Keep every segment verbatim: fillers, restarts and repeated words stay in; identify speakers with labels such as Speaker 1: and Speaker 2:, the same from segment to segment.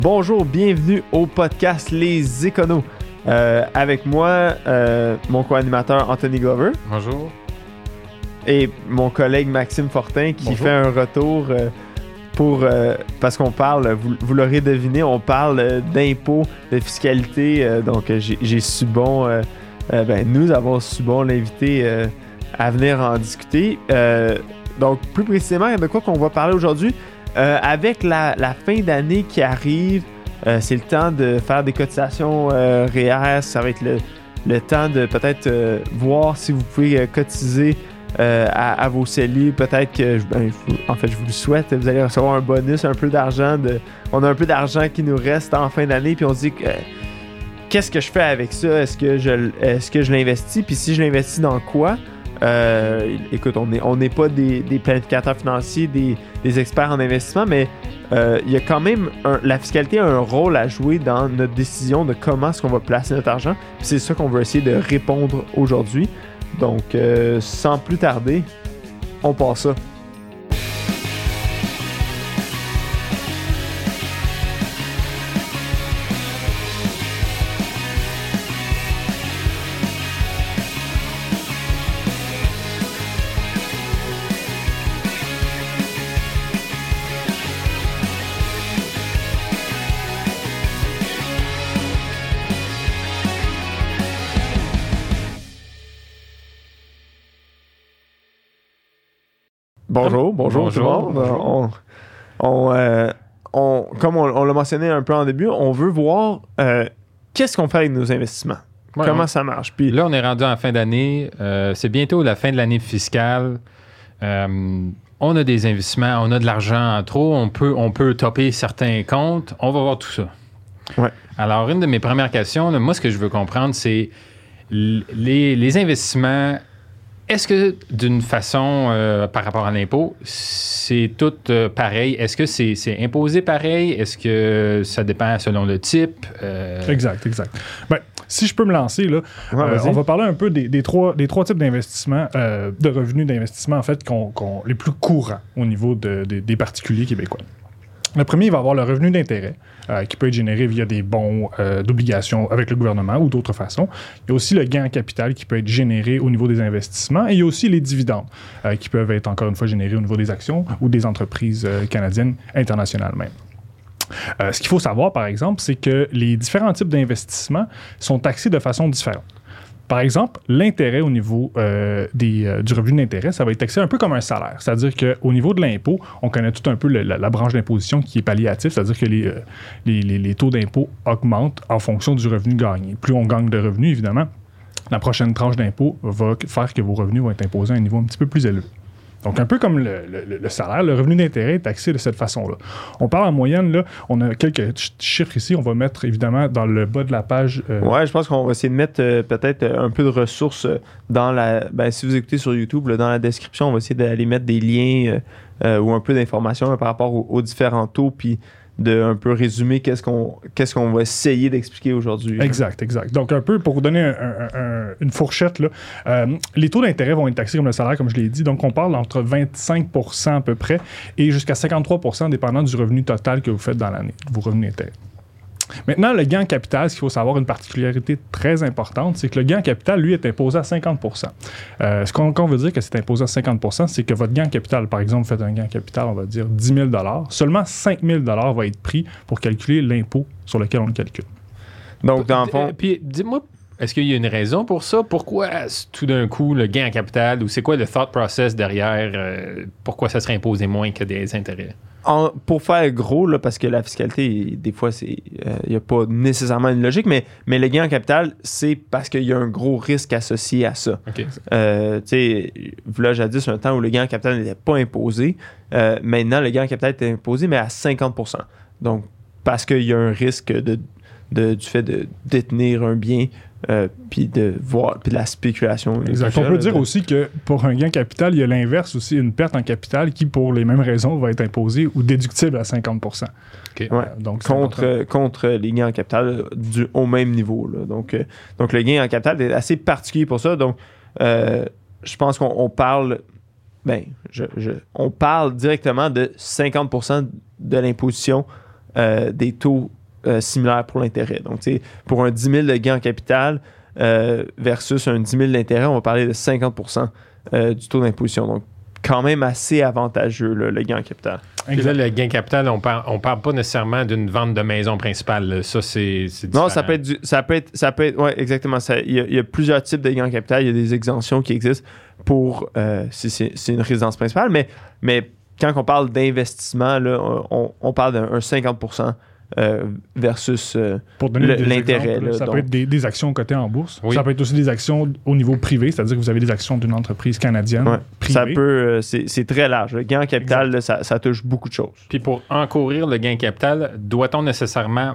Speaker 1: Bonjour, bienvenue au podcast Les Éconos. Euh, avec moi, euh, mon co-animateur Anthony Glover.
Speaker 2: Bonjour.
Speaker 1: Et mon collègue Maxime Fortin qui
Speaker 2: Bonjour.
Speaker 1: fait un retour euh, pour... Euh, parce qu'on parle, vous, vous l'aurez deviné, on parle euh, d'impôts, de fiscalité. Euh, donc euh, j'ai, j'ai su bon... Euh, euh, ben, nous avons su bon l'inviter euh, à venir en discuter. Euh, donc plus précisément, de quoi qu'on va parler aujourd'hui? Euh, avec la, la fin d'année qui arrive, euh, c'est le temps de faire des cotisations euh, R E E R. Ça va être le, le temps de peut-être euh, voir si vous pouvez euh, cotiser euh, à, à vos C E L I. Peut-être que, ben, je, en fait, je vous le souhaite, vous allez recevoir un bonus, un peu d'argent. De, on a un peu d'argent qui nous reste en fin d'année, puis on se dit que, euh, qu'est-ce que je fais avec ça? Est-ce que je, est-ce que je l'investis? Puis si je l'investis dans quoi? Euh, écoute, on n'est on n'est pas des, des planificateurs financiers, des, des experts en investissement, mais euh, il y a quand même un, la fiscalité a un rôle à jouer dans notre décision de comment est-ce qu'on va placer notre argent. Puis c'est ça qu'on veut essayer de répondre aujourd'hui. Donc, euh, sans plus tarder, on passe ça. Bonjour, bonjour,
Speaker 2: bonjour
Speaker 1: tout le monde.
Speaker 2: bonjour.
Speaker 1: On, on, euh, on, comme on, on l'a mentionné un peu en début, on veut voir euh, qu'est-ce qu'on fait avec nos investissements.
Speaker 2: Ouais,
Speaker 1: Comment
Speaker 2: on,
Speaker 1: ça marche. Puis,
Speaker 2: là, on est rendu en fin d'année. Euh, c'est bientôt la fin de l'année fiscale. Euh, on a des investissements, on a de l'argent en trop. On peut, on peut topper certains comptes. On va voir tout ça.
Speaker 1: Ouais.
Speaker 2: Alors, une de mes premières questions, là, moi, ce que je veux comprendre, c'est les, les investissements. Est-ce que d'une façon, euh, par rapport à l'impôt, c'est tout euh, pareil? Est-ce que c'est, c'est imposé pareil? Est-ce que ça dépend selon le type? Euh...
Speaker 3: Exact, exact. Ben, si je peux me lancer, là,
Speaker 1: Ouais,
Speaker 3: euh, on va parler un peu des, des, trois, des trois types d'investissements, euh, de revenus d'investissement, en fait, qu'on, qu'on, les plus courants au niveau de, de, des particuliers québécois. Le premier, il va avoir le revenu d'intérêt, euh, qui peut être généré via des bons euh, d'obligations avec le gouvernement ou d'autres façons. Il y a aussi le gain en capital qui peut être généré au niveau des investissements. Et il y a aussi les dividendes, euh, qui peuvent être, encore une fois, générés au niveau des actions ou des entreprises euh, canadiennes, internationales même. Euh, ce qu'il faut savoir, par exemple, c'est que les différents types d'investissements sont taxés de façon différente. Par exemple, l'intérêt au niveau euh, des, euh, du revenu d'intérêt, ça va être taxé un peu comme un salaire. C'est-à-dire qu'au niveau de l'impôt, on connaît tout un peu le, la, la branche d'imposition qui est palliative, c'est-à-dire que les, euh, les, les, les taux d'impôt augmentent en fonction du revenu gagné. Plus on gagne de revenus, évidemment, la prochaine tranche d'impôt va faire que vos revenus vont être imposés à un niveau un petit peu plus élevé. Donc, un peu comme le, le, le salaire, le revenu d'intérêt est taxé de cette façon-là. On parle en moyenne, là, on a quelques ch- chiffres ici, on va mettre évidemment dans le bas de la page. Euh...
Speaker 1: Ouais, je pense qu'on va essayer de mettre euh, peut-être euh, un peu de ressources euh, dans la... Ben, si vous écoutez sur YouTube, là, dans la description, on va essayer d'aller mettre des liens euh, euh, ou un peu d'informations là, par rapport aux, aux différents taux, puis de un peu résumer qu'est-ce qu'on, qu'est-ce qu'on va essayer d'expliquer aujourd'hui.
Speaker 3: Exact, exact. Donc, un peu pour vous donner un, un, un, une fourchette, là, euh, les taux d'intérêt vont être taxés comme le salaire, comme je l'ai dit. Donc, on parle entre vingt-cinq pour cent à peu près et jusqu'à cinquante-trois pour cent dépendant du revenu total que vous faites dans l'année, vos revenus d'intérêt. Maintenant, le gain en capital, ce qu'il faut savoir, une particularité très importante, c'est que le gain en capital, lui, est imposé à cinquante pour cent. Euh, ce qu'on, qu'on veut dire que c'est imposé à cinquante pour cent, c'est que votre gain en capital, par exemple, vous faites un gain en capital, on va dire dix mille dollars, seulement cinq mille dollars va être pris pour calculer l'impôt sur lequel on le calcule.
Speaker 1: Donc, dans le fond...
Speaker 2: Euh, puis, dis-moi, est-ce qu'il y a une raison pour ça? Pourquoi tout d'un coup le gain en capital, ou c'est quoi le thought process derrière? Euh, pourquoi ça serait imposé moins que des intérêts?
Speaker 1: En, pour faire gros, là, parce que la fiscalité, des fois, il n'y euh, a pas nécessairement une logique, mais, mais le gain en capital, c'est parce qu'il y a un gros risque associé à ça.
Speaker 2: Okay.
Speaker 1: Euh, tu sais, là, jadis, un temps où le gain en capital n'était pas imposé. Euh, maintenant, le gain en capital est imposé, mais à cinquante pour cent. Donc, parce qu'il y a un risque de, de, du fait de détenir un bien, euh, puis de voir, puis de la spéculation.
Speaker 3: Exact. On peut dire aussi que pour un gain capital, il y a l'inverse aussi, une perte en capital qui, pour les mêmes raisons, va être imposée ou déductible à cinquante pour cent.
Speaker 1: Okay. Ouais. Euh, donc, contre, euh, contre les gains en capital du, au même niveau. Là. Donc, euh, donc, le gain en capital est assez particulier pour ça. Donc, euh, je pense qu'on on parle, ben, je, je, on parle directement de cinquante pour cent de l'imposition euh, des taux euh, similaires pour l'intérêt. Donc, tu sais, pour un dix mille de gain en capital euh, versus un dix mille d'intérêt, on va parler de cinquante pour cent euh, du taux d'imposition. Donc, quand même assez avantageux, là, le gain en capital.
Speaker 2: Puis là, le gain capital, on parle, on parle pas nécessairement d'une vente de maison principale. Là. Ça, c'est, c'est différent.
Speaker 1: Non, ça peut être, du, ça peut être, ça peut être, ouais, exactement. Il y, y a plusieurs types de gains en capital. Il y a des exemptions qui existent pour euh, si c'est, c'est une résidence principale, mais, mais quand on parle d'investissement, là, on, on parle d'un cinquante pour cent euh, versus euh,
Speaker 3: Pour donner
Speaker 1: le,
Speaker 3: des
Speaker 1: l'intérêt.
Speaker 3: exemples,
Speaker 1: Là,
Speaker 3: ça
Speaker 1: donc.
Speaker 3: peut être des, des actions cotées en bourse.
Speaker 2: Oui.
Speaker 3: Ça peut être aussi des actions au niveau privé, c'est-à-dire que vous avez des actions d'une entreprise canadienne
Speaker 1: Ouais.
Speaker 3: privée.
Speaker 1: Ça peut, euh, c'est, c'est très large. Le gain en capital, là, ça, ça touche beaucoup de choses.
Speaker 2: Puis pour encourir le gain capital, doit-on nécessairement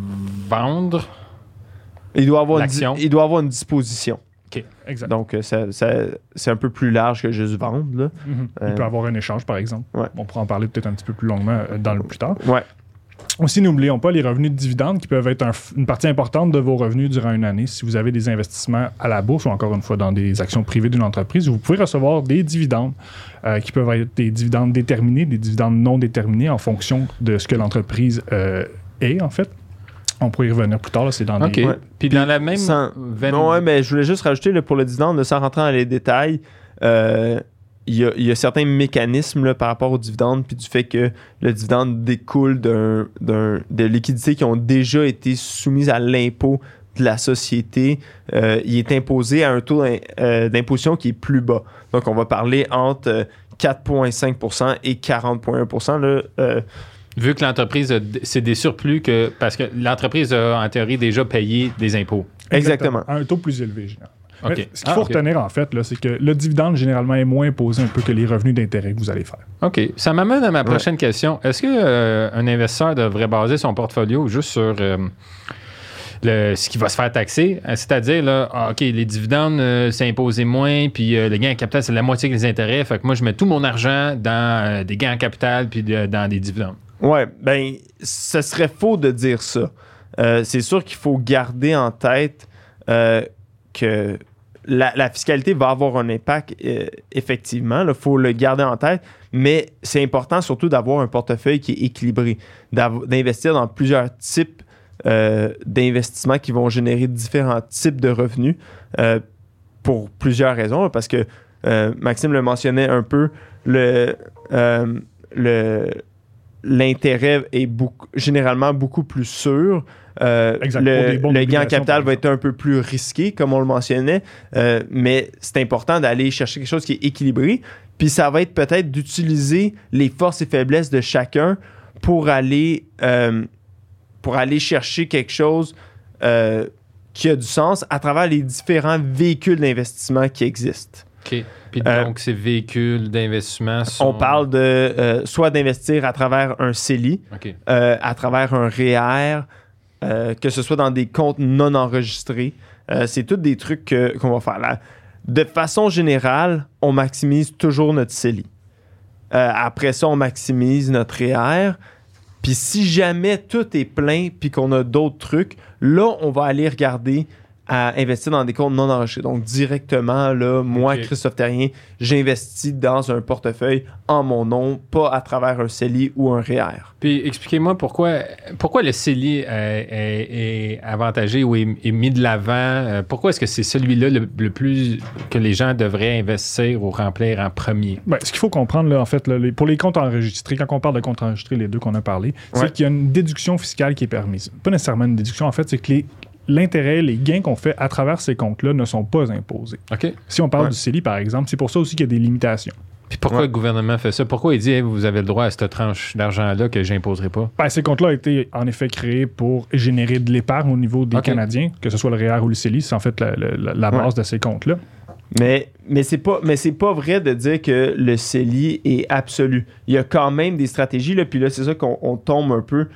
Speaker 2: vendre?
Speaker 1: Il doit avoir, une,
Speaker 2: L'action.
Speaker 1: di- il doit avoir une disposition.
Speaker 2: OK.
Speaker 3: Exact.
Speaker 1: Donc, euh, ça, ça, c'est un peu plus large que juste vendre. Là.
Speaker 3: Mhm. Il
Speaker 1: Euh,
Speaker 3: peut avoir un échange, par exemple.
Speaker 1: Ouais.
Speaker 3: On pourra en parler peut-être un petit peu plus longuement euh, dans le plus tard.
Speaker 1: Ouais.
Speaker 3: Aussi, n'oublions pas les revenus de dividendes qui peuvent être un f- une partie importante de vos revenus durant une année. Si vous avez des investissements à la bourse ou encore une fois dans des actions privées d'une entreprise, vous pouvez recevoir des dividendes euh, qui peuvent être des dividendes déterminés, des dividendes non déterminés en fonction de ce que l'entreprise euh, est, en fait. On pourrait y revenir plus tard. Là, c'est dans
Speaker 2: OK.
Speaker 3: des...
Speaker 1: Ouais.
Speaker 2: Puis dans la même
Speaker 1: Sans-
Speaker 2: veine...
Speaker 1: Non, ouais, mais je voulais juste rajouter là, pour le dividende, là, sans rentrer dans les détails, euh, il y, a, il y a certains mécanismes là, par rapport au dividende, puis du fait que le dividende découle d'un, d'un, de liquidités qui ont déjà été soumises à l'impôt de la société. Euh, il est imposé à un taux d'im- euh, d'imposition qui est plus bas. Donc, on va parler entre euh, quatre virgule cinq pour cent et quarante virgule un pour cent. Là, euh,
Speaker 2: Vu que l'entreprise, a, c'est des surplus que... Parce que l'entreprise a, en théorie, déjà payé des impôts.
Speaker 1: exactement.
Speaker 3: À un taux plus élevé, généralement.
Speaker 2: OK.
Speaker 3: Mais ce qu'il
Speaker 2: Ah,
Speaker 3: faut
Speaker 2: OK.
Speaker 3: retenir, en fait, là, c'est que le dividende, généralement, est moins imposé un peu que les revenus d'intérêt que vous allez faire.
Speaker 2: OK. Ça m'amène à ma prochaine question. Est-ce qu'un euh, investisseur devrait baser son portfolio juste sur euh, le, ce qui va se faire taxer? C'est-à-dire, là, ah, OK, les dividendes, euh, c'est imposé moins, puis euh, le gain en capital, c'est la moitié que les intérêts. Fait que moi, je mets tout mon argent dans euh, des gains en capital puis de- dans des dividendes.
Speaker 1: Ouais, ben, ce serait faux de dire ça. Euh, c'est sûr qu'il faut garder en tête euh, que la, la fiscalité va avoir un impact, euh, effectivement. Il faut le garder en tête, mais c'est important surtout d'avoir un portefeuille qui est équilibré, d'av- d'investir dans plusieurs types euh, d'investissements qui vont générer différents types de revenus euh, pour plusieurs raisons. là, parce que euh, Maxime le mentionnait un peu, le... euh, le l'intérêt est beaucoup, généralement beaucoup plus sûr. Euh,
Speaker 3: Exact, pour
Speaker 1: le
Speaker 3: des bonnes
Speaker 1: le gain en
Speaker 3: obligations,
Speaker 1: capital
Speaker 3: par
Speaker 1: va être un peu plus risqué, comme on le mentionnait, euh, mais c'est important d'aller chercher quelque chose qui est équilibré. Puis ça va être peut-être d'utiliser les forces et faiblesses de chacun pour aller, euh, pour aller chercher quelque chose euh, qui a du sens à travers les différents véhicules d'investissement qui existent.
Speaker 2: OK. Puis
Speaker 1: Euh,
Speaker 2: donc, ces véhicules d'investissement sont...
Speaker 1: On parle de euh, soit d'investir à travers un C E L I,
Speaker 2: OK.
Speaker 1: euh, à travers un R E E R, euh, que ce soit dans des comptes non enregistrés. Euh, c'est tous des trucs que- qu'on va faire là. De façon générale, on maximise toujours notre C E L I. Euh, après ça, on maximise notre R E E R. Puis si jamais tout est plein puis qu'on a d'autres trucs, là, on va aller regarder à investir dans des comptes non enregistrés. Donc, directement, là, moi,
Speaker 2: Ok.
Speaker 1: Christophe Terrien, j'investis dans un portefeuille en mon nom, pas à travers un C E L I ou un R E E R.
Speaker 2: Puis expliquez-moi pourquoi, pourquoi le C E L I euh, est, est avantagé ou est, est mis de l'avant. Euh, pourquoi est-ce que c'est celui-là le, le plus que les gens devraient investir ou remplir en premier?
Speaker 3: Ben, ce qu'il faut comprendre, là, en fait, là, les- pour les comptes enregistrés, quand on parle de comptes enregistrés, les deux qu'on a parlé,
Speaker 1: Ouais.
Speaker 3: c'est qu'il y a une déduction fiscale qui est permise. Pas nécessairement une déduction, en fait, c'est que les- l'intérêt, les gains qu'on fait à travers ces comptes-là ne sont pas imposés.
Speaker 2: OK.
Speaker 3: Si on parle
Speaker 1: Ouais.
Speaker 3: du C E L I, par exemple, c'est pour ça aussi qu'il y a des limitations.
Speaker 2: Puis pourquoi
Speaker 1: Ouais.
Speaker 2: le gouvernement fait ça? Pourquoi il dit hey, vous avez le droit à cette tranche d'argent-là que j'imposerai pas?
Speaker 3: Ben, ces comptes-là ont été en effet créés pour générer de l'épargne au niveau des
Speaker 2: Ok.
Speaker 3: Canadiens, que ce soit le R E E R ou le C E L I, c'est en fait la, la- la base de ces comptes-là.
Speaker 1: Mais, mais c'est pas, mais c'est pas vrai de dire que le C E L I est absolu. Il y a quand même des stratégies, là, puis là, c'est ça qu'on on tombe un peu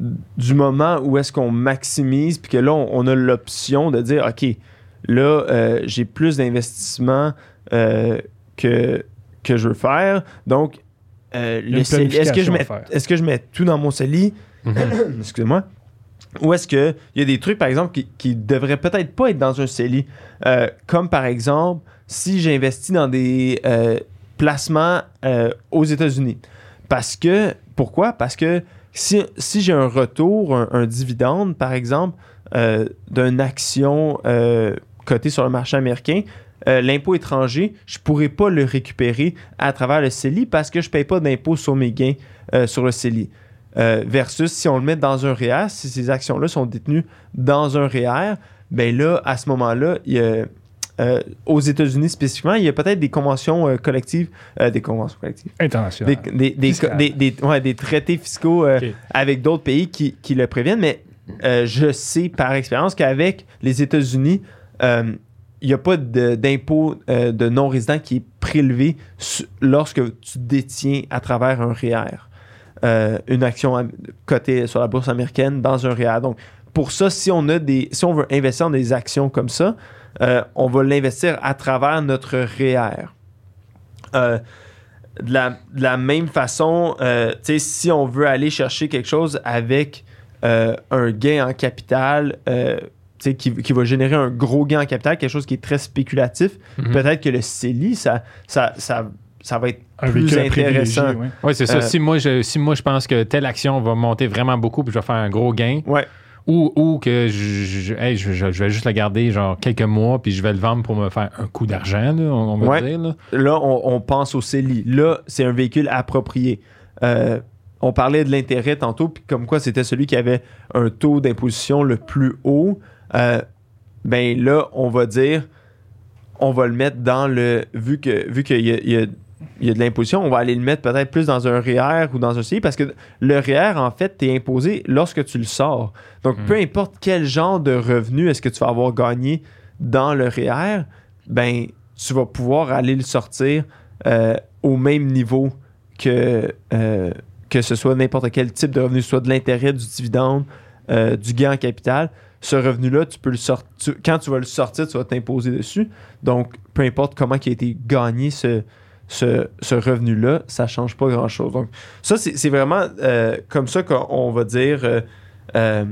Speaker 1: du moment où est-ce qu'on maximise, puis que là, on, on a l'option de dire, OK, là, euh, j'ai plus d'investissements euh, que, que je veux faire. Donc, euh,
Speaker 3: Il y a
Speaker 1: le
Speaker 3: une
Speaker 1: C E L I, est-ce que, je
Speaker 3: planification
Speaker 1: mets,
Speaker 3: à faire.
Speaker 1: est-ce que je mets tout dans mon C E L I? Excusez-moi. Ou est-ce qu'il y a des trucs, par exemple, qui, qui devraient peut-être pas être dans un C E L I? Euh, comme par exemple, si j'investis dans des euh, placements euh, aux États-Unis. Parce que, pourquoi? Parce que si, si j'ai un retour, un, un dividende, par exemple, euh, d'une action euh, cotée sur le marché américain, euh, l'impôt étranger, je ne pourrais pas le récupérer à travers le C E L I parce que je ne paye pas d'impôt sur mes gains euh, sur le C E L I. Euh, versus si on le met dans un R E E R, si ces actions-là sont détenues dans un R E E R, bien là, à ce moment-là, il y a... Euh, aux États-Unis spécifiquement, il y a peut-être des conventions euh, collectives, euh, des conventions collectives,
Speaker 3: internationales,
Speaker 1: des, des, des, des, des, ouais, des traités fiscaux euh, okay. avec d'autres pays qui, qui le préviennent, mais euh, je sais par expérience qu'avec les États-Unis, euh, il n'y a pas de, d'impôt euh, de non-résident qui est prélevé su- lorsque tu détiens à travers un R E E R, euh, une action am- cotée sur la bourse américaine dans un R E E R. Donc, pour ça, si on a des, si on veut investir dans des actions comme ça, Euh, on va l'investir à travers notre R E E R. Euh, de, la, de la même façon, euh, si on veut aller chercher quelque chose avec euh, un gain en capital, euh, qui, qui va générer un gros gain en capital, quelque chose qui est très spéculatif, mm-hmm. peut-être que le C E L I, ça, ça, ça, ça va être un plus intéressant.
Speaker 2: Oui, ouais, c'est ça. Euh, si, moi, je, si moi, je pense que telle action va monter vraiment beaucoup puis je vais faire un gros gain,
Speaker 1: ouais.
Speaker 2: Ou, ou que je, je, hey, je, je, je vais juste la garder genre quelques mois puis je vais le vendre pour me faire un coup d'argent, là, on, on va
Speaker 1: ouais.
Speaker 2: dire. Là,
Speaker 1: là on, on pense au C E L I. Là, c'est un véhicule approprié. Euh, on parlait de l'intérêt tantôt, puis comme quoi c'était celui qui avait un taux d'imposition le plus haut. Euh, ben là, on va dire, on va le mettre dans le... Vu que vu qu'il y a, il y a il y a de l'imposition, on va aller le mettre peut-être plus dans un R E E R ou dans un C E L I parce que le R E E R, en fait, t'es imposé lorsque tu le sors. Donc, mmh. peu importe quel genre de revenu est-ce que tu vas avoir gagné dans le R E E R, ben, tu vas pouvoir aller le sortir euh, au même niveau que, euh, que ce soit n'importe quel type de revenu, soit de l'intérêt, du dividende, euh, du gain en capital. Ce revenu-là, tu peux le sortir. Quand tu vas le sortir, tu vas t'imposer dessus. Donc, peu importe comment il a été gagné ce Ce, ce revenu-là, ça ne change pas grand-chose. Donc, ça, c'est, c'est vraiment euh, comme ça qu'on va dire... Euh, euh,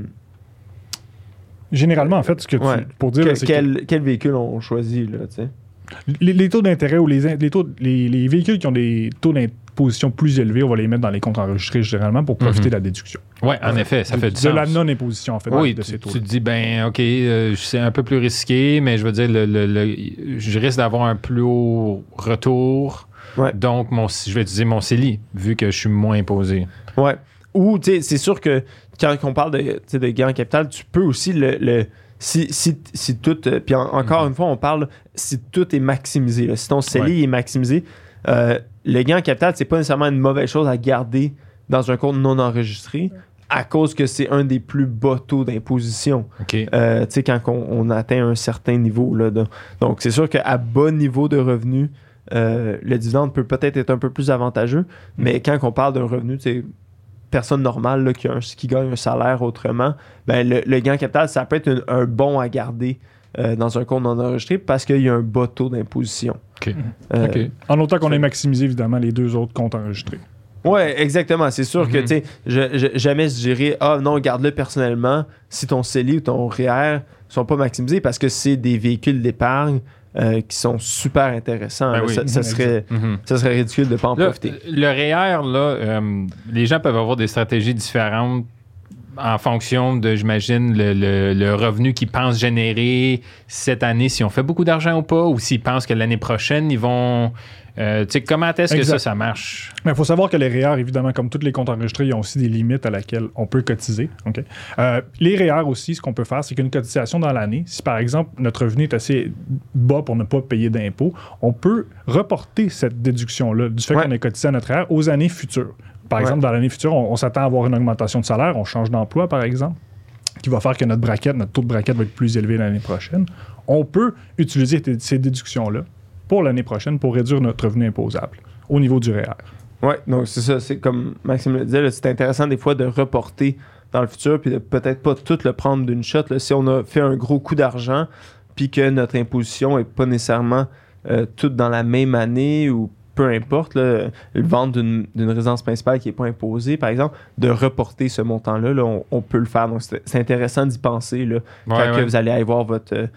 Speaker 3: Généralement, en fait, ce que tu...
Speaker 1: Ouais.
Speaker 3: Pour dire,
Speaker 1: que,
Speaker 3: là, c'est
Speaker 1: quel,
Speaker 3: que...
Speaker 1: quel véhicule on choisit, là, tu sais?
Speaker 3: Les, les taux d'intérêt ou les, les, taux, les, les véhicules qui ont des taux d'imposition plus élevés, on va les mettre dans les comptes enregistrés généralement pour profiter mm-hmm. de la déduction.
Speaker 2: Oui, en euh, effet, ça
Speaker 3: de,
Speaker 2: fait du
Speaker 3: de
Speaker 2: sens.
Speaker 3: De la non-imposition, en fait,
Speaker 2: oui,
Speaker 3: de
Speaker 2: tu,
Speaker 3: ces taux.
Speaker 2: Tu te dis, ben, OK, euh, c'est un peu plus risqué, mais je veux dire, le, le, le, je risque d'avoir un plus haut retour.
Speaker 1: Ouais.
Speaker 2: Donc, mon, je vais utiliser mon C E L I, vu que je suis moins imposé.
Speaker 1: Ouais. Ou, tu sais, c'est sûr que quand on parle de, de gain en capital, tu peux aussi le... le si, si, si tout... Puis en, encore mm-hmm. une fois, on parle si tout est maximisé. Là, si ton C E L I ouais. est maximisé, euh, le gain en capital, c'est pas nécessairement une mauvaise chose à garder dans un compte non enregistré à cause que c'est un des plus bas taux d'imposition.
Speaker 2: Okay.
Speaker 1: Euh, tu sais, quand on, on atteint un certain niveau. Là, de, donc, c'est sûr qu'à bas niveau de revenus, Euh, le dividende peut peut-être être un peu plus avantageux, mais quand on parle d'un revenu, c'est personne normale là, qui, a un, qui gagne un salaire autrement, ben le, le gain en capital, ça peut être un, un bon à garder euh, dans un compte non enregistré parce qu'il y a un bas taux d'imposition.
Speaker 2: Okay.
Speaker 1: Euh,
Speaker 3: okay. En autant qu'on ait maximisé évidemment les deux autres comptes enregistrés.
Speaker 1: Oui, exactement. C'est sûr mm-hmm. que, tu sais, je, je, jamais je dirais « Ah non, garde-le personnellement si ton C E L I ou ton R E E R ne sont pas maximisés parce que c'est des véhicules d'épargne Euh, qui sont super intéressants.
Speaker 2: Ben oui.
Speaker 1: ça, ça, serait, mm-hmm. ça serait ridicule de ne pas en
Speaker 2: là,
Speaker 1: profiter.
Speaker 2: Le R E E R, là, euh, les gens peuvent avoir des stratégies différentes en fonction de, j'imagine, le, le, le revenu qu'ils pensent générer cette année, si on fait beaucoup d'argent ou pas, ou s'ils pensent que l'année prochaine, ils vont... Euh, tu sais, comment est-ce exact. que ça, ça marche?
Speaker 3: Il faut savoir que les R E E R, évidemment, comme tous les comptes enregistrés, ils ont aussi des limites à laquelle on peut cotiser. Okay? Euh, les R E E R aussi, ce qu'on peut faire, c'est qu'une cotisation dans l'année, si par exemple notre revenu est assez bas pour ne pas payer d'impôts, on peut reporter cette déduction-là du fait ouais. qu'on ait cotisé à notre R E E R aux années futures. Par ouais. exemple, dans l'année future, on, on s'attend à avoir une augmentation de salaire, on change d'emploi, par exemple, qui va faire que notre braquette, notre taux de braquette va être plus élevé l'année prochaine. On peut utiliser t- ces déductions-là pour l'année prochaine pour réduire notre revenu imposable au niveau du R E E R.
Speaker 1: Oui, donc c'est ça. C'est comme Maxime le disait, là, c'est intéressant des fois de reporter dans le futur puis de peut-être pas tout le prendre d'une shot. Là, si on a fait un gros coup d'argent puis que notre imposition n'est pas nécessairement euh, toute dans la même année ou peu importe, là, le vendre d'une, d'une résidence principale qui n'est pas imposée, par exemple, de reporter ce montant-là, là, on, on peut le faire. Donc, c'est, c'est intéressant d'y penser là, ouais, quand ouais. que vous allez aller voir votre... Euh,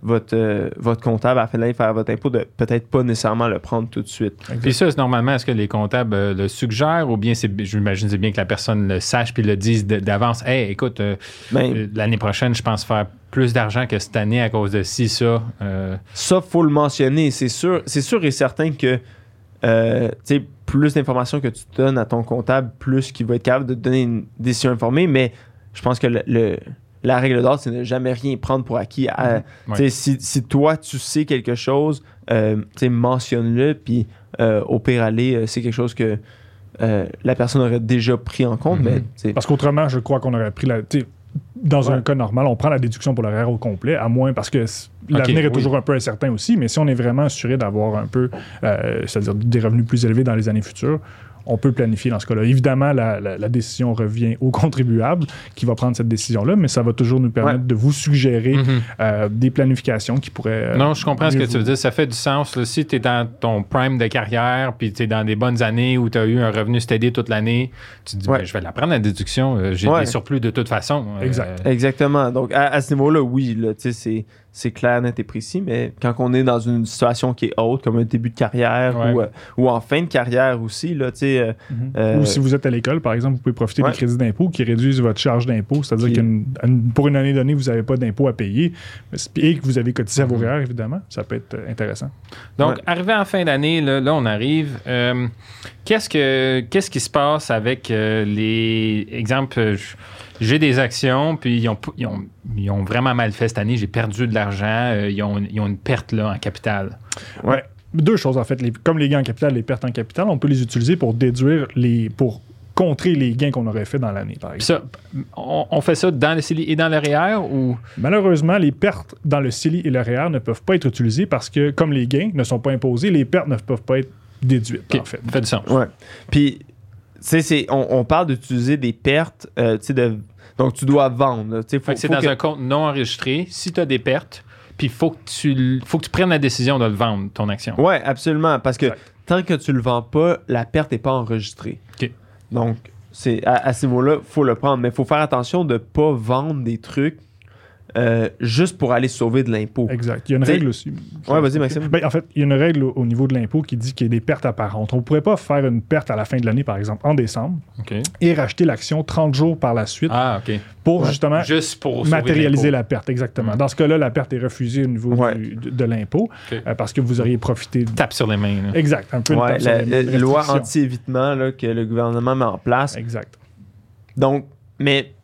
Speaker 1: votre, euh, votre comptable à la fin de l'année faire votre impôt, de peut-être pas nécessairement le prendre tout de suite.
Speaker 2: Puis ça, c'est normalement, est-ce que les comptables euh, le suggèrent ou bien c'est, j'imagine c'est bien que la personne le sache puis le dise de, d'avance. Hey, écoute, euh,
Speaker 1: Ben,
Speaker 2: euh, l'année prochaine, je pense faire plus d'argent que cette année à cause de ci, ça. Euh,
Speaker 1: Ça, faut le mentionner. C'est sûr, c'est sûr et certain que euh, tu sais, plus d'informations que tu donnes à ton comptable, plus qu'il va être capable de te donner une décision informée. Mais je pense que le, le- la règle d'or, c'est de ne jamais rien prendre pour acquis. À-
Speaker 2: Ouais.
Speaker 1: tu sais, si, si toi, tu sais quelque chose, euh, tu sais, mentionne-le. Puis euh, au pire aller, euh, c'est quelque chose que euh, la personne aurait déjà pris en compte.
Speaker 2: Mhm.
Speaker 1: Mais tu sais,
Speaker 3: Parce qu'autrement, je crois qu'on aurait pris la. tu sais, Dans
Speaker 1: Ouais.
Speaker 3: un cas normal, on prend la déduction pour l'horaire au complet, à moins parce que c- l'avenir
Speaker 2: Ok,
Speaker 3: est
Speaker 2: oui.
Speaker 3: toujours un peu incertain aussi, mais si on est vraiment assuré d'avoir un peu, euh, c'est-à-dire des revenus plus élevés dans les années futures, on peut planifier dans ce cas-là. Évidemment, la, la- la décision revient au contribuable qui va prendre cette décision-là, mais ça va toujours nous permettre
Speaker 1: Ouais.
Speaker 3: de vous suggérer
Speaker 2: mhm.
Speaker 3: euh, des planifications qui pourraient... euh,
Speaker 2: Non, je comprends ce que
Speaker 3: mieux
Speaker 2: tu veux
Speaker 3: vous-
Speaker 2: dire. Ça fait du sens. Là. Si tu es dans ton prime de carrière, puis tu es dans des bonnes années où tu as eu un revenu steady toute l'année, tu te dis,
Speaker 1: Ouais.
Speaker 2: ben, je vais la prendre la déduction. Euh, J'ai
Speaker 1: Ouais.
Speaker 2: des surplus de toute façon. Euh,
Speaker 3: Exact.
Speaker 1: exactement. Donc, à, à ce niveau-là, oui, là, tu sais, c'est, c'est clair, net et précis, mais quand on est dans une situation qui est haute, comme un début de carrière
Speaker 2: Ouais.
Speaker 1: ou, euh, ou en fin de carrière aussi, là, tu sais, euh,
Speaker 3: Mhm.
Speaker 1: euh,
Speaker 3: Ou si vous êtes à l'école, par exemple, vous pouvez profiter
Speaker 1: Ouais.
Speaker 3: des crédits d'impôt qui réduisent votre charge d'impôt. C'est-à-dire
Speaker 1: Qui-
Speaker 3: que pour une année donnée, vous n'avez pas d'impôt à payer mais c'est- et que vous avez cotisé à vos
Speaker 2: Mhm.
Speaker 3: R E E R, évidemment. Ça peut être euh, intéressant.
Speaker 2: Donc,
Speaker 1: Ouais.
Speaker 2: arrivé en fin d'année, là, là, on arrive. Euh, qu'est-ce, que, qu'est-ce qui se passe avec euh, les. Exemple, euh, j- j'ai des actions, puis ils ont, ils, ont, ils ont vraiment mal fait cette année. J'ai perdu de l'argent. euh, ils, ont, ils ont une perte là, en capital.
Speaker 3: Ouais. Deux choses, en fait. Les- comme les gains en capital, les pertes en capital, on peut les utiliser pour déduire les. pour contrer les gains qu'on aurait fait dans l'année, par
Speaker 2: Puis
Speaker 3: exemple.
Speaker 2: ça, on, on fait ça dans le C E L I et dans le R E E R ou.
Speaker 3: Malheureusement, les pertes dans le C E L I et le R E E R ne peuvent pas être utilisées parce que, comme les gains ne sont pas imposés, les pertes ne peuvent pas être déduites,
Speaker 2: OK,
Speaker 3: en fait.
Speaker 2: fait du sens.
Speaker 1: ouais. Puis, tu sais, c'est, on, on parle d'utiliser des pertes, euh, tu sais, de, donc tu dois vendre. là. Tu sais, faut,
Speaker 2: Fait que c'est
Speaker 1: faut
Speaker 2: dans
Speaker 1: que-
Speaker 2: un compte non enregistré. Si tu as des pertes, puis il faut, que tu l- faut que tu prennes la décision de le vendre, ton action.
Speaker 1: Ouais, absolument. Parce que
Speaker 3: Exact.
Speaker 1: tant que tu le vends pas, la perte n'est pas enregistrée.
Speaker 2: OK.
Speaker 1: Donc, c'est, à, à ce niveau-là, il faut le prendre. Mais il faut faire attention de ne pas vendre des trucs euh, juste pour aller sauver de l'impôt.
Speaker 3: Exact. Il y a une
Speaker 1: T'sais-
Speaker 3: règle aussi.
Speaker 1: Ouais, vas-y, Maxime.
Speaker 3: Ben, en fait, il y a une règle au, au niveau de l'impôt qui dit qu'il y a des pertes apparentes. On ne pourrait pas faire une perte à la fin de l'année, par exemple, en décembre,
Speaker 2: OK.
Speaker 3: et racheter l'action trente jours par la suite
Speaker 2: Ah, OK.
Speaker 3: pour
Speaker 1: Ouais.
Speaker 3: justement
Speaker 2: Juste pour sauver
Speaker 3: matérialiser
Speaker 2: l'impôt.
Speaker 3: la perte. Exactement.
Speaker 2: Mm.
Speaker 3: Dans ce cas-là, la perte est refusée au niveau
Speaker 1: Ouais.
Speaker 3: du- de, de l'impôt
Speaker 2: OK.
Speaker 3: euh, parce que vous auriez profité. de-
Speaker 2: Tape sur les mains. là.
Speaker 3: Exact. Un peu une
Speaker 1: Ouais,
Speaker 3: tape sur
Speaker 1: la,
Speaker 3: les-
Speaker 1: la
Speaker 3: les
Speaker 1: loi
Speaker 3: restrictions.
Speaker 1: anti-évitement là, que le gouvernement met en place.
Speaker 3: Exact.
Speaker 1: Donc, mais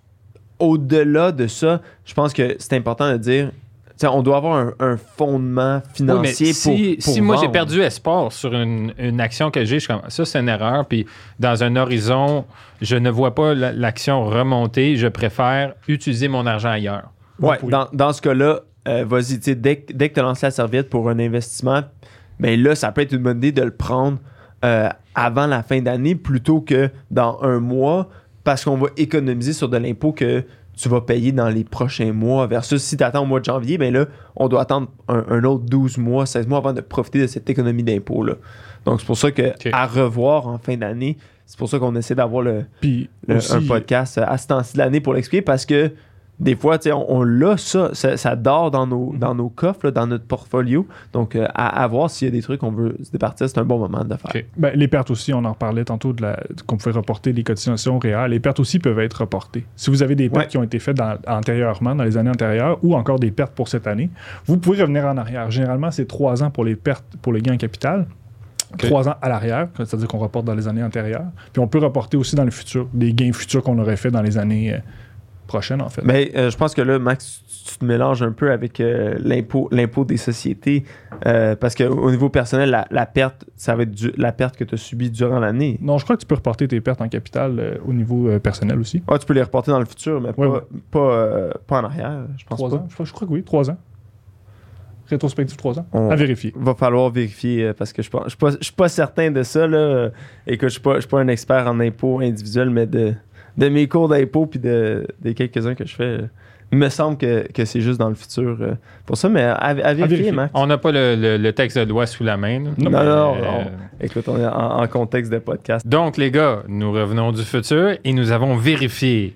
Speaker 1: au-delà de ça, je pense que c'est important de dire, tu sais, on doit avoir un, un fondement
Speaker 2: Oui, mais
Speaker 1: financier
Speaker 2: si,
Speaker 1: pour, pour
Speaker 2: si moi j'ai
Speaker 1: vendre.
Speaker 2: perdu espoir sur une, une action que j'ai, je suis comme, ça c'est une erreur. Puis dans un horizon, je ne vois pas la- l'action remonter. Je préfère utiliser mon argent ailleurs.
Speaker 1: Ouais,
Speaker 3: Vous pouvez.
Speaker 1: dans, dans ce cas-là, euh, vas-y, tu sais, dès, que- dès que tu as lancé la serviette pour un investissement, ben là, ça peut être une bonne idée de le prendre euh, avant la fin d'année plutôt que dans un mois parce qu'on va économiser sur de l'impôt que tu vas payer dans les prochains mois versus si tu attends au mois de janvier, ben là, on doit attendre un, un autre douze mois, seize mois avant de profiter de cette économie d'impôt-là. Donc, c'est pour ça que
Speaker 2: Ok.
Speaker 1: à revoir en fin d'année, c'est pour ça qu'on essaie d'avoir le,
Speaker 3: Puis
Speaker 1: le-
Speaker 3: aussi,
Speaker 1: un podcast à ce temps-ci de l'année pour l'expliquer parce que des fois, tu sais, on, on l'a, ça, ça, ça dort dans nos, dans nos coffres, là, dans notre portfolio. Donc, euh, à, à voir s'il y a des trucs qu'on veut se départir, c'est un bon moment de faire.
Speaker 2: Ok.
Speaker 3: ben, les pertes aussi, on en reparlait tantôt de la, qu'on pouvait reporter les cotisations réelles. Les pertes aussi peuvent être reportées. Si vous avez des pertes
Speaker 1: Ouais.
Speaker 3: qui ont été faites dans- antérieurement, dans les années antérieures, ou encore des pertes pour cette année, vous pouvez revenir en arrière. Généralement, c'est trois ans pour les pertes, pour les gains en capital.
Speaker 2: Ok.
Speaker 3: Trois ans à l'arrière, c'est-à-dire qu'on reporte dans les années antérieures. Puis on peut reporter aussi dans le futur, des gains futurs qu'on aurait fait dans les années euh, prochaines, en fait.
Speaker 1: Mais euh, je pense que là, Max, tu, tu te mélanges un peu avec euh, l'impôt, l'impôt des sociétés euh, parce qu'au niveau personnel, la, la perte, ça va être du- la perte que tu as subie durant l'année.
Speaker 3: Non, je crois que tu peux reporter tes pertes en capital euh, au niveau euh, personnel aussi.
Speaker 1: Ah, tu peux les reporter dans le futur, mais
Speaker 3: Ouais,
Speaker 1: pas,
Speaker 3: ouais.
Speaker 1: Pas, euh, pas en arrière, je pense
Speaker 3: Trois
Speaker 1: pas.
Speaker 3: ans. Je, crois- je crois que oui, trois ans. Rétrospective trois ans.
Speaker 1: On-
Speaker 3: À vérifier.
Speaker 1: Va falloir vérifier euh, parce que je pense- je suis pas, je suis pas certain de ça. Là. Euh, Écoute, je suis pas, je suis pas un expert en impôts individuels, mais de, de mes cours d'impôts puis de, des quelques-uns que je fais, euh, il me semble que, que c'est juste dans le futur. euh, pour ça, mais à, à vérifier,
Speaker 3: vérifier.
Speaker 1: Max.
Speaker 2: On n'a pas le, le- le texte de loi sous la main. là.
Speaker 1: Non,
Speaker 2: Mais,
Speaker 1: non,
Speaker 2: euh,
Speaker 1: non. Écoute, on est en, en contexte de podcast.
Speaker 2: Donc, les gars, nous revenons du futur et nous avons vérifié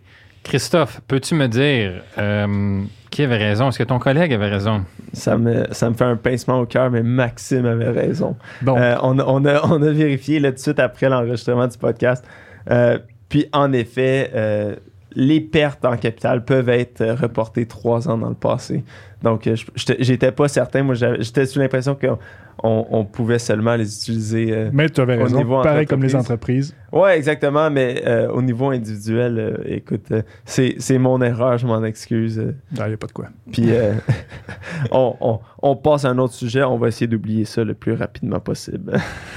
Speaker 2: Christophe, peux-tu me dire euh, qui avait raison? Est-ce que ton collègue avait raison?
Speaker 1: Ça me, ça me fait un pincement au cœur, mais Maxime avait raison.
Speaker 3: Bon.
Speaker 1: Euh, on, on, a, on a vérifié là, tout de suite après l'enregistrement du podcast. Euh, puis, en effet, euh, les pertes en capital peuvent être reportées trois ans dans le passé. Donc, je, j'étais pas certain. Moi, j'étais sous l'impression qu'on on pouvait seulement les utiliser. Euh,
Speaker 3: mais tu avais raison. Pareil comme les entreprises.
Speaker 1: Oui, exactement. Mais euh, au niveau individuel, euh, écoute, euh, c'est, c'est mon erreur. Je m'en excuse. Euh.
Speaker 3: Il n'y a pas de quoi.
Speaker 1: Puis, euh, on, on, on passe à un autre sujet. On va essayer d'oublier ça le plus rapidement possible.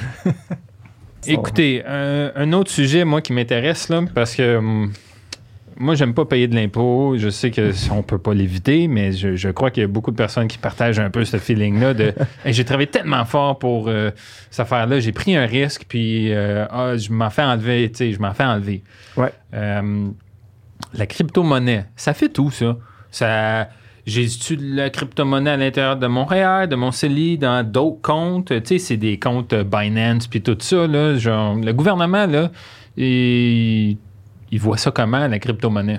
Speaker 2: Écoutez, un, un autre sujet, moi, qui m'intéresse, là, parce que hum, moi, j'aime pas payer de l'impôt. Je sais qu'on peut pas l'éviter, mais je, je crois qu'il y a beaucoup de personnes qui partagent un peu ce feeling-là de hey, j'ai travaillé tellement fort pour euh, cette affaire-là, j'ai pris un risque, puis euh, ah, je m'en fais enlever, tu sais, je m'en fais enlever.
Speaker 1: Ouais.
Speaker 2: Euh, la crypto-monnaie, ça fait tout, ça. Ça... J'ai étudié la crypto-monnaie à l'intérieur de Montréal, de mon C E L I, dans d'autres comptes. Tu sais, c'est des comptes Binance puis tout ça. Là, genre, le gouvernement, là, il, il voit ça comment, la crypto-monnaie?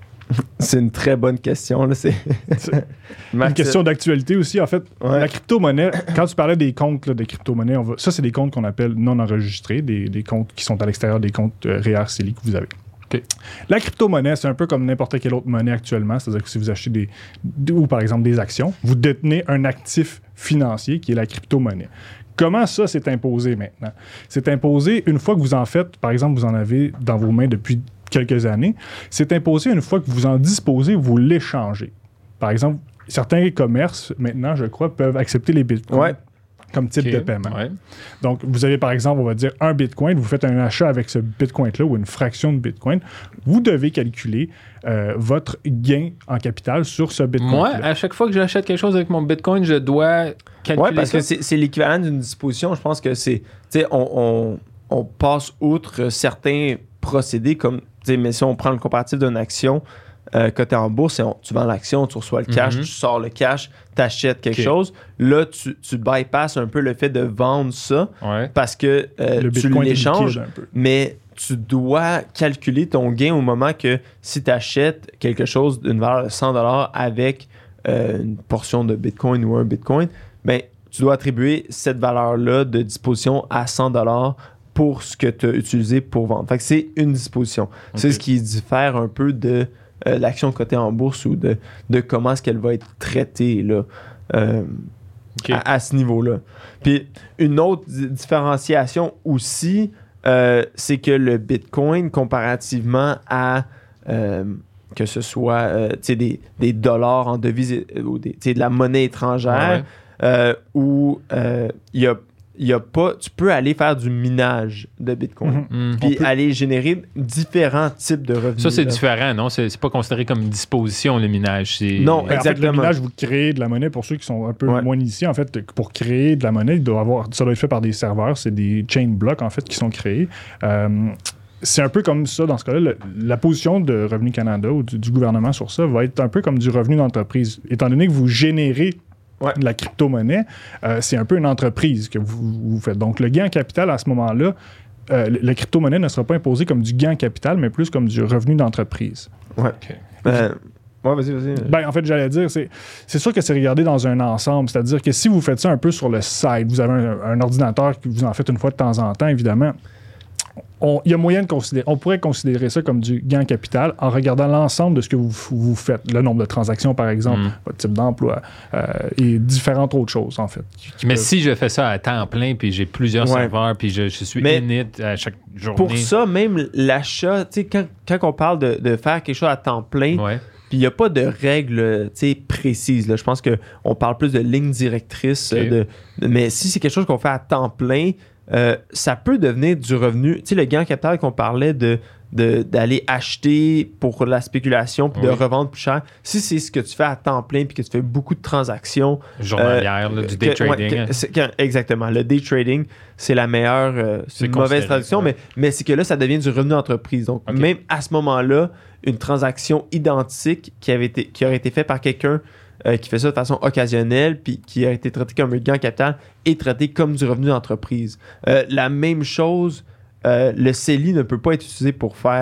Speaker 1: C'est une très bonne question. Là. C'est...
Speaker 3: c'est une question d'actualité aussi. En fait, ouais. La crypto-monnaie, quand tu parlais des comptes là, de crypto-monnaie, on va, ça, c'est des comptes qu'on appelle non enregistrés, des, des comptes qui sont à l'extérieur des comptes euh, R E E R C E L I que vous avez. Okay. La crypto-monnaie, c'est un peu comme n'importe quelle autre monnaie actuellement. C'est-à-dire que si vous achetez des, des, ou par exemple des actions, vous détenez un actif financier qui est la crypto-monnaie. Comment ça s'est imposé maintenant? C'est imposé une fois que vous en faites, par exemple, vous en avez dans vos mains depuis quelques années. C'est imposé une fois que vous en disposez, vous l'échangez. Par exemple, certains commerces, maintenant, je crois, peuvent accepter les bitcoins.
Speaker 1: Ouais.
Speaker 3: Comme type
Speaker 2: okay,
Speaker 3: de paiement.
Speaker 2: Ouais.
Speaker 3: Donc, vous avez par exemple, on va dire un bitcoin, vous faites un achat avec ce bitcoin-là ou une fraction de bitcoin, vous devez calculer euh, votre gain en capital sur ce bitcoin-là.
Speaker 2: Moi, à chaque fois que j'achète quelque chose avec mon bitcoin, je dois calculer
Speaker 1: Oui, parce
Speaker 2: ça?
Speaker 1: que c'est, c'est l'équivalent d'une disposition. Je pense que c'est, tu sais, on, on, on passe outre certains procédés comme, tu sais, mais si on prend le comparatif d'une action, Euh, quand tu es en bourse, on, tu vends l'action, tu reçois le cash, mm-hmm. tu sors le cash, tu achètes quelque okay. chose. Là, tu, tu bypasses un peu le fait de vendre ça
Speaker 2: ouais.
Speaker 1: parce que euh,
Speaker 3: le
Speaker 1: tu l'échanges, mais tu dois calculer ton gain au moment que si tu achètes quelque chose d'une valeur de cent dollars avec euh, une portion de Bitcoin ou un Bitcoin, ben, tu dois attribuer cette valeur-là de disposition à cent dollars pour ce que tu as utilisé pour vendre. Fait que c'est une disposition. Okay. C'est ce qui diffère un peu de Euh, l'action cotée en bourse ou de, de comment est-ce qu'elle va être traitée là, euh, okay. à, à ce niveau-là. Puis une autre di- différenciation aussi, euh, c'est que le Bitcoin, comparativement à euh, que ce soit euh, des, des dollars en devise ou des, de la monnaie étrangère, ouais. euh, où il euh, y a Il y a pas, tu peux aller faire du minage de Bitcoin, mm-hmm. puis peut... aller générer différents types de revenus.
Speaker 2: Ça, c'est
Speaker 1: là.
Speaker 2: différent, non? C'est, c'est pas considéré comme une disposition, le minage. C'est...
Speaker 1: Non,
Speaker 3: ben,
Speaker 1: exactement.
Speaker 3: En fait, le minage, vous créez de la monnaie. Pour ceux qui sont un peu ouais. moins initiés, en fait, pour créer de la monnaie, il doit avoir, ça doit être fait par des serveurs. C'est des chain blocks, en fait, qui sont créés. Euh, c'est un peu comme ça, dans ce cas-là. Le, la position de Revenu Canada ou du, du gouvernement sur ça va être un peu comme du revenu d'entreprise. Étant donné que vous générez Ouais. la crypto-monnaie, euh, c'est un peu une entreprise que vous, vous faites. Donc, le gain en capital, à ce moment-là, euh, la crypto-monnaie ne sera pas imposée comme du gain en capital, mais plus comme du revenu d'entreprise.
Speaker 1: Ouais. Okay. Euh, ouais, vas-y, vas-y.
Speaker 3: Ben, en fait, j'allais dire, c'est, c'est sûr que c'est regardé dans un ensemble. C'est-à-dire que si vous faites ça un peu sur le site, vous avez un, un ordinateur que vous en faites une fois de temps en temps, évidemment, il y a moyen de considérer, on pourrait considérer ça comme du gain en capital en regardant l'ensemble de ce que vous, vous faites, le nombre de transactions par exemple, mm. votre type d'emploi euh, et différentes autres choses en fait.
Speaker 2: Mais peuvent... si je fais ça à temps plein puis j'ai plusieurs ouais. serveurs puis je, je suis
Speaker 1: Mais
Speaker 2: init à chaque journée.
Speaker 1: Pour ça, même l'achat, tu sais, quand, quand on parle de, de faire quelque chose à temps plein,
Speaker 2: ouais.
Speaker 1: puis il n'y a pas de règles précises. Là. Je pense qu'on parle plus de lignes directrices. Okay. De, de, mais si c'est quelque chose qu'on fait à temps plein, Euh, ça peut devenir du revenu. Tu sais, le gain en capital qu'on parlait de, de, d'aller acheter pour la spéculation puis oui. de revendre plus cher. Si c'est ce que tu fais à temps plein puis que tu fais beaucoup de transactions.
Speaker 2: Journalières, euh, là, du day que, trading. Ouais,
Speaker 1: que, c'est, que, exactement. Le day trading, c'est la meilleure. Euh, c'est, c'est une mauvaise traduction, ouais. mais, mais c'est que là, ça devient du revenu d'entreprise. Donc, okay. même à ce moment-là, une transaction identique qui, avait été, qui aurait été faite par quelqu'un Euh, qui fait ça de façon occasionnelle puis qui a été traité comme un gain en capital est traité comme du revenu d'entreprise. Euh, la même chose, euh, le C E L I ne peut pas être utilisé pour faire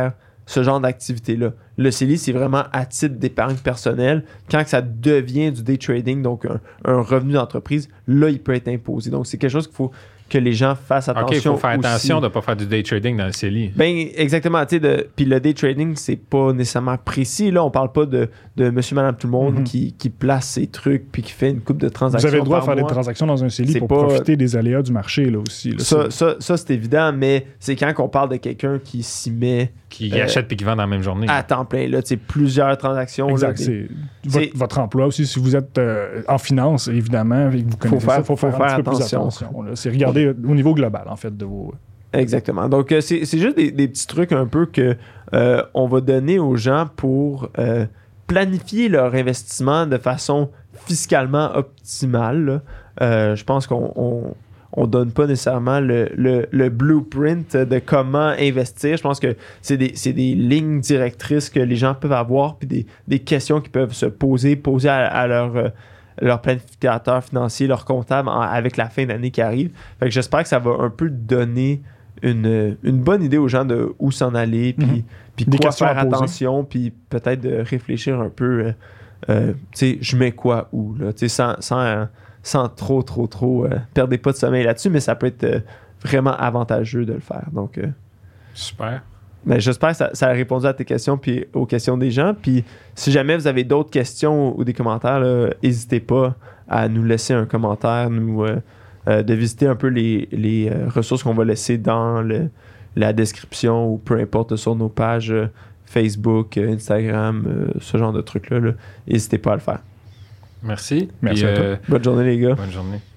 Speaker 1: ce genre d'activité-là. Le C E L I, c'est vraiment à titre d'épargne personnelle. Quand ça devient du day trading, donc un, un revenu d'entreprise, là, il peut être imposé. Donc, c'est quelque chose qu'il faut que les gens fassent attention.
Speaker 2: OK, il faut faire
Speaker 1: aussi.
Speaker 2: attention de ne pas faire du day trading dans le C E L I.
Speaker 1: Ben, exactement. Tu sais, de... Puis le day trading, c'est pas nécessairement précis. Là, on parle pas de, de monsieur, madame, tout le monde
Speaker 3: Mm-hmm.
Speaker 1: qui, qui place ses trucs puis qui fait une coupe de transactions.
Speaker 3: Vous avez le droit de
Speaker 1: par
Speaker 3: faire
Speaker 1: mois.
Speaker 3: des transactions dans un C E L I
Speaker 1: C'est
Speaker 3: pour
Speaker 1: pas-
Speaker 3: profiter des aléas du marché là, aussi. Là,
Speaker 1: Ça,
Speaker 3: c'est-
Speaker 1: ça, ça, c'est évident, mais c'est quand on parle de quelqu'un qui s'y met
Speaker 2: Qui
Speaker 1: Euh,
Speaker 2: achète puis qui vend dans la même journée.
Speaker 1: à temps plein. Là, tu sais, plusieurs transactions.
Speaker 3: Exact.
Speaker 1: là, des-
Speaker 3: c'est
Speaker 1: c'est-
Speaker 3: votre, votre emploi aussi. Si vous êtes euh, en finance, évidemment, et que vous connaissez
Speaker 1: faire-
Speaker 3: ça, il faut
Speaker 1: faut
Speaker 3: faire, un
Speaker 1: faire
Speaker 3: petit peu plus
Speaker 1: attention.
Speaker 3: attention. là. C'est regarder au niveau global, en fait, de vos...
Speaker 1: Exactement. Donc, euh, c'est c'est juste des, des petits trucs un peu que euh, on va donner aux gens pour euh, planifier leur investissement de façon fiscalement optimale. là. Euh, je pense qu'on on, on donne pas nécessairement le, le, le blueprint de comment investir. Je pense que c'est des, c'est des lignes directrices que les gens peuvent avoir, puis des, des questions qu'ils peuvent se poser, poser à, à leur... euh, leur planificateur financier, leur comptable en- avec la fin d'année qui arrive. Fait que j'espère que ça va un peu donner une, une bonne idée aux gens de où s'en aller, puis,
Speaker 3: Mhm.
Speaker 1: puis
Speaker 3: Des
Speaker 1: quoi
Speaker 3: questions
Speaker 1: faire
Speaker 3: à poser.
Speaker 1: attention, puis peut-être de réfléchir un peu, euh, euh, tu sais, je mets quoi où, là, tu sais, sans, sans, euh, sans trop, trop, trop, euh, perdez pas de sommeil là-dessus, mais ça peut être euh, vraiment avantageux de le faire. Donc, euh,
Speaker 2: Super.
Speaker 1: mais j'espère que ça, ça a répondu à tes questions puis aux questions des gens. Puis si jamais vous avez d'autres questions ou des commentaires, là, n'hésitez pas à nous laisser un commentaire, nous euh, euh, de visiter un peu les, les euh, ressources qu'on va laisser dans le- la description ou peu importe sur nos pages euh, Facebook, euh, Instagram, euh, ce genre de trucs-là. là. N'hésitez pas à le faire.
Speaker 2: Merci.
Speaker 3: Merci
Speaker 2: Puis,
Speaker 3: à toi.
Speaker 2: euh,
Speaker 1: Bonne journée les gars.
Speaker 2: bonne journée.